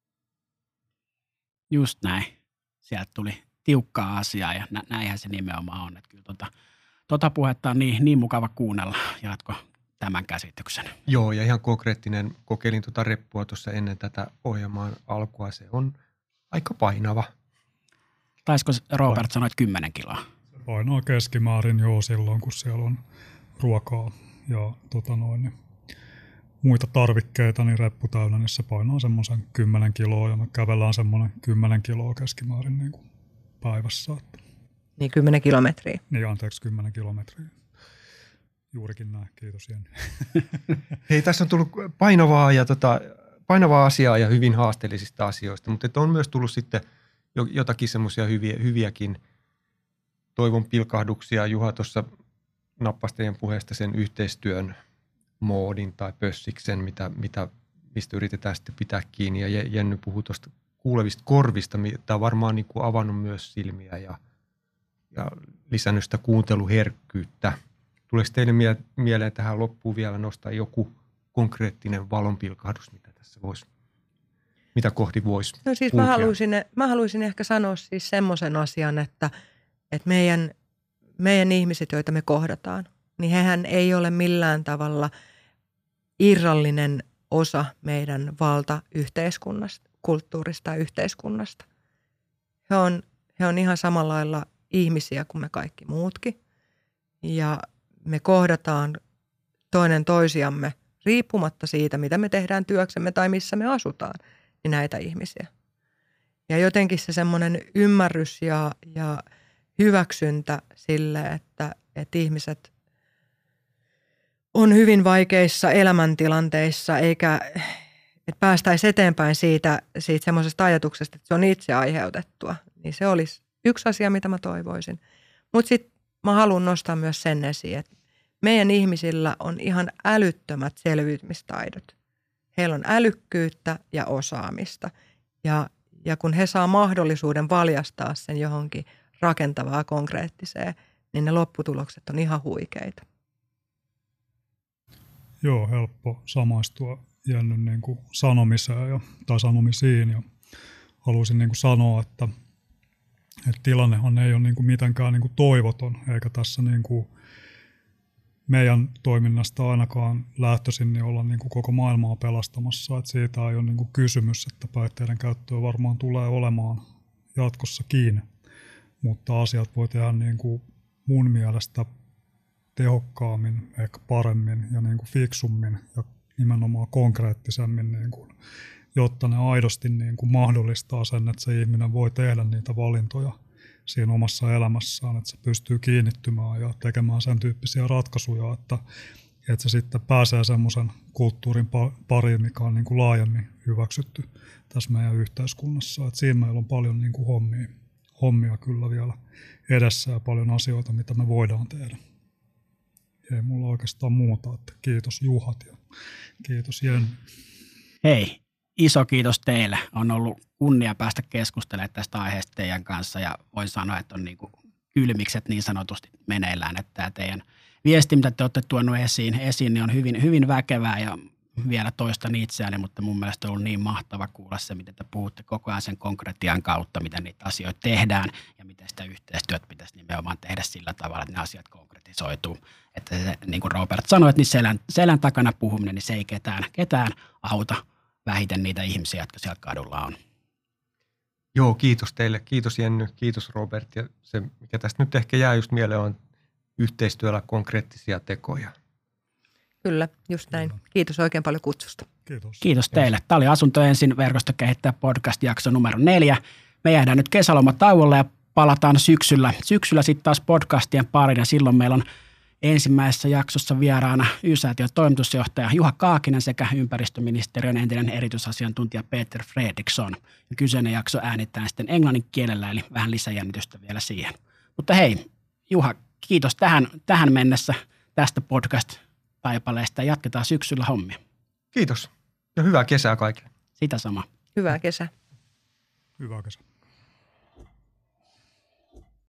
Just näin. Sieltä tuli tiukkaa asiaa ja nä- näinhän se nimenomaan on. Että kyllä tota, tota puhetta on niin, niin mukava kuunnella. Jatko tämän käsityksen? Joo, ja ihan konkreettinen. Kokeilin tuota reppua tuossa ennen tätä ohjelman alkua. Se on aika painava. Taisiko Robert sanoa, että kymmenen kiloa? Se painaa keskimäärin jo silloin, kun siellä on ruokaa ja tota noin, niin muita tarvikkeita, niin reppu täynnä, niin se painaa semmoisen kymmenen kiloa ja me kävellään semmoinen kymmenen kiloa keskimäärin niin kuin päivässä. Niin kymmenen kilometriä. Niin anteeksi, kymmenen kilometriä. Juurikin näin, kiitos Jenny. Hei, tässä on tullut painavaa, ja tota, painavaa asiaa ja hyvin haasteellisista asioista, mutta on myös tullut sitten jotakin semmoisia hyviä, hyviäkin toivon pilkahduksia. Juha tuossa nappasi teidän puheesta sen yhteistyön moodin tai pössiksen, mitä, mitä, mistä yritetään sitten pitää kiinni. Ja Jenny puhui tuosta kuulevista korvista. Tämä on varmaan niin kuin avannut myös silmiä ja, ja lisännyt sitä kuunteluherkkyyttä. Tuleeko teille mie- mieleen tähän loppuun vielä nostaa joku konkreettinen valonpilkahdus, mitä tässä voisi, mitä kohti voisi No siis kulkea? mä haluaisin, mä haluaisin ehkä sanoa siis semmoisen asian, että, että meidän, meidän ihmiset, joita me kohdataan, niin hehän ei ole millään tavalla irrallinen osa meidän valtayhteiskunnasta, kulttuurista ja yhteiskunnasta. He on, he on ihan samalla lailla ihmisiä kuin me kaikki muutkin. Ja me kohdataan toinen toisiamme riippumatta siitä, mitä me tehdään työksemme tai missä me asutaan, niin näitä ihmisiä. Ja jotenkin se semmoinen ymmärrys ja, ja hyväksyntä sille, että, että ihmiset on hyvin vaikeissa elämäntilanteissa, eikä että päästäisiin eteenpäin siitä, siitä semmoisesta ajatuksesta, että se on itse aiheutettua. Niin se olisi yksi asia, mitä mä toivoisin. Mutta sitten mä haluan nostaa myös sen esiin, että meidän ihmisillä on ihan älyttömät selviytymistaidot. Heillä on älykkyyttä ja osaamista. Ja, ja kun he saa mahdollisuuden valjastaa sen johonkin rakentavaa konkreettiseen, niin ne lopputulokset on ihan huikeita. Joo, helppo samaistua Jennyn niin kuin sanomiseen ja, tai sanomisiin. Ja haluaisin niin kuin sanoa, että, että tilannehan ei ole niin kuin mitenkään niin kuin toivoton, eikä tässä niin kuin meidän toiminnasta ainakaan lähtöisin niin olla niin kuin koko maailmaa pelastamassa. Että siitä ei ole niin kuin kysymys, että päihteiden käyttöä varmaan tulee olemaan jatkossakin, mutta asiat voi tehdä niin kuin mun mielestä tehokkaammin, ehkä paremmin ja niin kuin fiksummin ja nimenomaan konkreettisemmin, niin kuin, jotta ne aidosti niin kuin mahdollistaa sen, että se ihminen voi tehdä niitä valintoja siinä omassa elämässään, että se pystyy kiinnittymään ja tekemään sen tyyppisiä ratkaisuja, että, että se sitten pääsee semmoisen kulttuurin pariin, mikä on niin kuin laajemmin hyväksytty tässä meidän yhteiskunnassa. Että siinä meillä on paljon niin kuin hommia, hommia kyllä vielä edessä ja paljon asioita, mitä me voidaan tehdä. Ei mulla oikeastaan muuta, että kiitos Juhat ja kiitos Jenni. Hei, iso kiitos teille. On ollut kunnia päästä keskustelemaan tästä aiheesta teidän kanssa ja voin sanoa, että on niin kuin kylmikset niin sanotusti meneillään, että tämä teidän viesti, mitä te olette tuonut esiin, esiin niin on hyvin, hyvin väkevää ja vielä toistan itseäni, mutta mun mielestä on ollut niin mahtava kuulla se, miten te puhutte koko ajan sen konkretian kautta, miten niitä asioita tehdään ja miten sitä yhteistyötä pitäisi nimenomaan tehdä sillä tavalla, että ne asiat konkretisoituu. Että se, niin kuin Robert sanoi, että niin selän, selän takana puhuminen, niin se ei ketään, ketään auta vähiten niitä ihmisiä, jotka siellä kadulla on. Joo, kiitos teille. Kiitos Jenny, kiitos Robert. Ja se, mikä tästä nyt ehkä jää just mieleen, on yhteistyöllä konkreettisia tekoja. Kyllä, just näin. Kiitos oikein paljon kutsusta. Kiitos. Kiitos teille. Tämä oli Asunto ensin verkostokehittäjä podcast-jakso numero neljä. Me jäädään nyt kesälomatauolle ja palataan syksyllä. Syksyllä sitten taas podcastien pariin ja silloin meillä on ensimmäisessä jaksossa vieraana Y-säätiön toimitusjohtaja Juha Kaakinen sekä ympäristöministeriön entinen erityisasiantuntija Peter Fredriksson. Ja kyseinen jakso äänitetään sitten englannin kielellä, eli vähän lisäjännitystä vielä siihen. Mutta hei, Juha, kiitos tähän, tähän mennessä tästä podcast-taipaleesta. Jatketaan syksyllä hommia. Kiitos ja hyvää kesää kaikille. Sitä samaa. Hyvää kesää. Hyvää kesää.